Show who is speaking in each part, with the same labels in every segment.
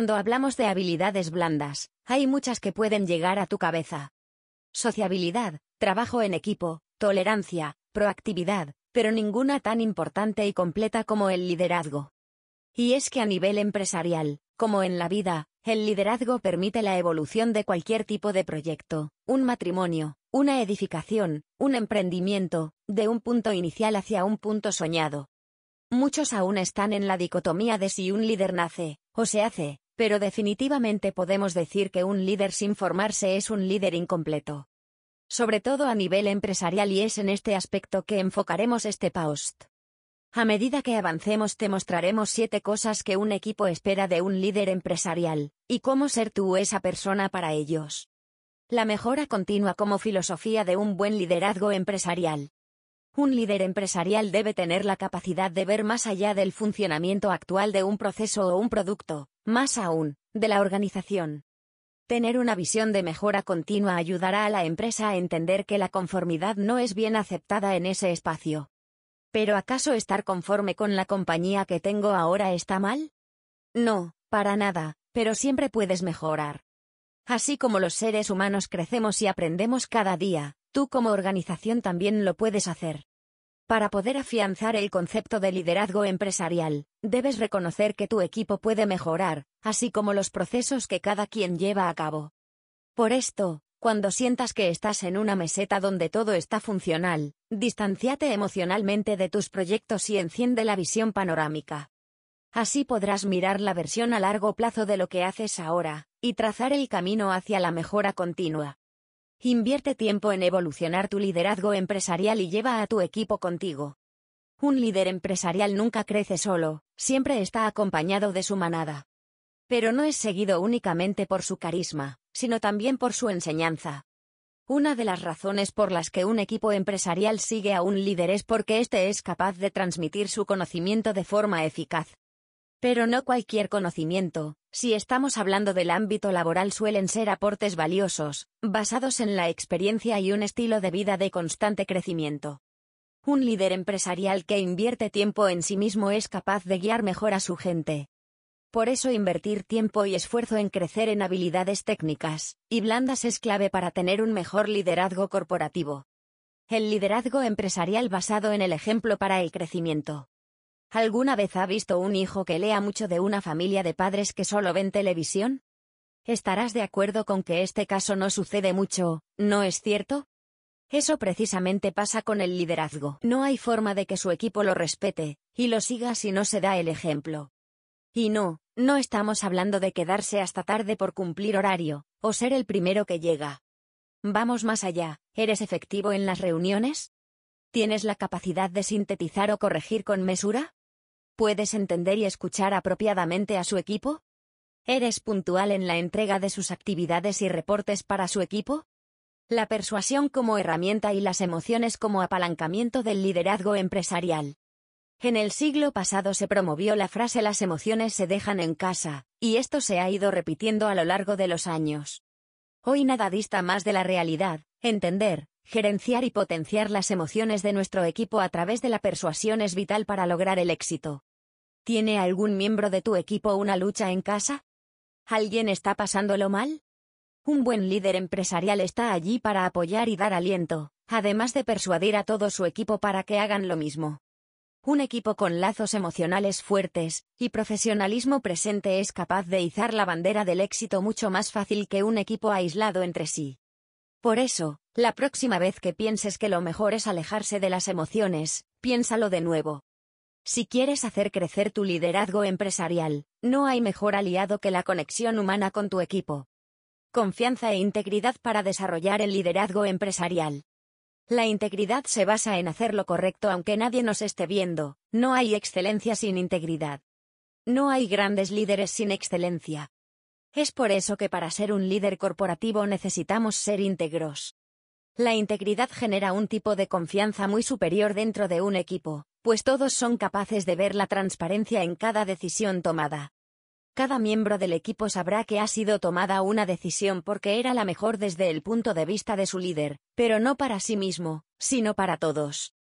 Speaker 1: Cuando hablamos de habilidades blandas, hay muchas que pueden llegar a tu cabeza. Sociabilidad, trabajo en equipo, tolerancia, proactividad, pero ninguna tan importante y completa como el liderazgo. Y es que a nivel empresarial, como en la vida, el liderazgo permite la evolución de cualquier tipo de proyecto, un matrimonio, una edificación, un emprendimiento, de un punto inicial hacia un punto soñado. Muchos aún están en la dicotomía de si un líder nace, o se hace, pero definitivamente podemos decir que un líder sin formarse es un líder incompleto. Sobre todo a nivel empresarial, y es en este aspecto que enfocaremos este post. A medida que avancemos te mostraremos 7 cosas que un equipo espera de un líder empresarial, y cómo ser tú esa persona para ellos. La mejora continua como filosofía de un buen liderazgo empresarial. Un líder empresarial debe tener la capacidad de ver más allá del funcionamiento actual de un proceso o un producto, más aún, de la organización. Tener una visión de mejora continua ayudará a la empresa a entender que la conformidad no es bien aceptada en ese espacio. ¿Pero acaso estar conforme con la compañía que tengo ahora está mal? No, para nada, pero siempre puedes mejorar. Así como los seres humanos crecemos y aprendemos cada día, tú como organización también lo puedes hacer. Para poder afianzar el concepto de liderazgo empresarial, debes reconocer que tu equipo puede mejorar, así como los procesos que cada quien lleva a cabo. Por esto, cuando sientas que estás en una meseta donde todo está funcional, distánciate emocionalmente de tus proyectos y enciende la visión panorámica. Así podrás mirar la versión a largo plazo de lo que haces ahora, y trazar el camino hacia la mejora continua. Invierte tiempo en evolucionar tu liderazgo empresarial y lleva a tu equipo contigo. Un líder empresarial nunca crece solo, siempre está acompañado de su manada. Pero no es seguido únicamente por su carisma, sino también por su enseñanza. Una de las razones por las que un equipo empresarial sigue a un líder es porque éste es capaz de transmitir su conocimiento de forma eficaz. Pero no cualquier conocimiento. Si estamos hablando del ámbito laboral, suelen ser aportes valiosos, basados en la experiencia y un estilo de vida de constante crecimiento. Un líder empresarial que invierte tiempo en sí mismo es capaz de guiar mejor a su gente. Por eso invertir tiempo y esfuerzo en crecer en habilidades técnicas y blandas es clave para tener un mejor liderazgo corporativo. El liderazgo empresarial basado en el ejemplo para el crecimiento. ¿Alguna vez ha visto un hijo que lea mucho de una familia de padres que solo ven televisión? Estarás de acuerdo con que este caso no sucede mucho, ¿no es cierto? Eso precisamente pasa con el liderazgo. No hay forma de que su equipo lo respete y lo siga si no se da el ejemplo. Y no estamos hablando de quedarse hasta tarde por cumplir horario, o ser el primero que llega. Vamos más allá. ¿Eres efectivo en las reuniones? ¿Tienes la capacidad de sintetizar o corregir con mesura? ¿Puedes entender y escuchar apropiadamente a su equipo? ¿Eres puntual en la entrega de sus actividades y reportes para su equipo? La persuasión como herramienta y las emociones como apalancamiento del liderazgo empresarial. En el siglo pasado se promovió la frase "las emociones se dejan en casa", y esto se ha ido repitiendo a lo largo de los años. Hoy nada dista más de la realidad. Entender, gerenciar y potenciar las emociones de nuestro equipo a través de la persuasión es vital para lograr el éxito. ¿Tiene algún miembro de tu equipo una lucha en casa? ¿Alguien está pasándolo mal? Un buen líder empresarial está allí para apoyar y dar aliento, además de persuadir a todo su equipo para que hagan lo mismo. Un equipo con lazos emocionales fuertes y profesionalismo presente es capaz de izar la bandera del éxito mucho más fácil que un equipo aislado entre sí. Por eso, la próxima vez que pienses que lo mejor es alejarse de las emociones, piénsalo de nuevo. Si quieres hacer crecer tu liderazgo empresarial, no hay mejor aliado que la conexión humana con tu equipo. Confianza e integridad para desarrollar el liderazgo empresarial. La integridad se basa en hacer lo correcto aunque nadie nos esté viendo. No hay excelencia sin integridad. No hay grandes líderes sin excelencia. Es por eso que para ser un líder corporativo necesitamos ser íntegros. La integridad genera un tipo de confianza muy superior dentro de un equipo, pues todos son capaces de ver la transparencia en cada decisión tomada. Cada miembro del equipo sabrá que ha sido tomada una decisión porque era la mejor desde el punto de vista de su líder, pero no para sí mismo, sino para todos.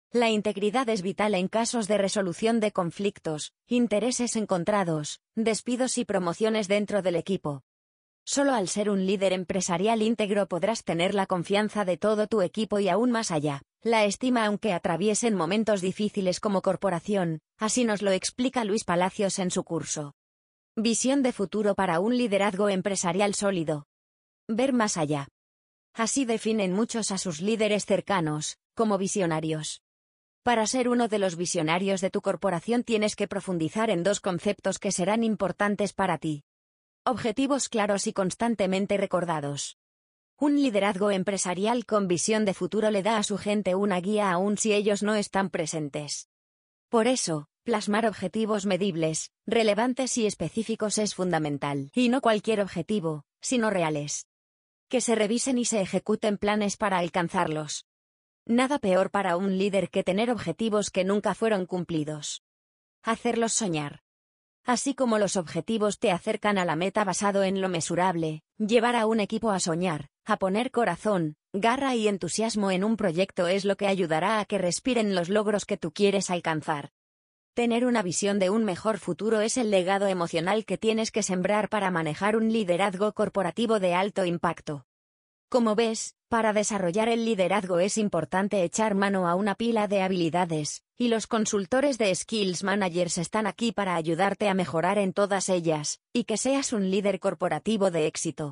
Speaker 1: La integridad es vital en casos de resolución de conflictos, intereses encontrados, despidos y promociones dentro del equipo. Solo al ser un líder empresarial íntegro podrás tener la confianza de todo tu equipo y aún más allá, la estima aunque atraviesen momentos difíciles como corporación, así nos lo explica Luis Palacios en su curso. Visión de futuro para un liderazgo empresarial sólido. Ver más allá. Así definen muchos a sus líderes cercanos, como visionarios. Para ser uno de los visionarios de tu corporación tienes que profundizar en dos conceptos que serán importantes para ti. Objetivos claros y constantemente recordados. Un liderazgo empresarial con visión de futuro le da a su gente una guía aun si ellos no están presentes. Por eso, plasmar objetivos medibles, relevantes y específicos es fundamental. Y no cualquier objetivo, sino reales. Que se revisen y se ejecuten planes para alcanzarlos. Nada peor para un líder que tener objetivos que nunca fueron cumplidos. Hacerlos soñar. Así como los objetivos te acercan a la meta basado en lo mesurable, llevar a un equipo a soñar, a poner corazón, garra y entusiasmo en un proyecto es lo que ayudará a que respiren los logros que tú quieres alcanzar. Tener una visión de un mejor futuro es el legado emocional que tienes que sembrar para manejar un liderazgo corporativo de alto impacto. Como ves, para desarrollar el liderazgo es importante echar mano a una pila de habilidades, y los consultores de Skills Managers están aquí para ayudarte a mejorar en todas ellas, y que seas un líder corporativo de éxito.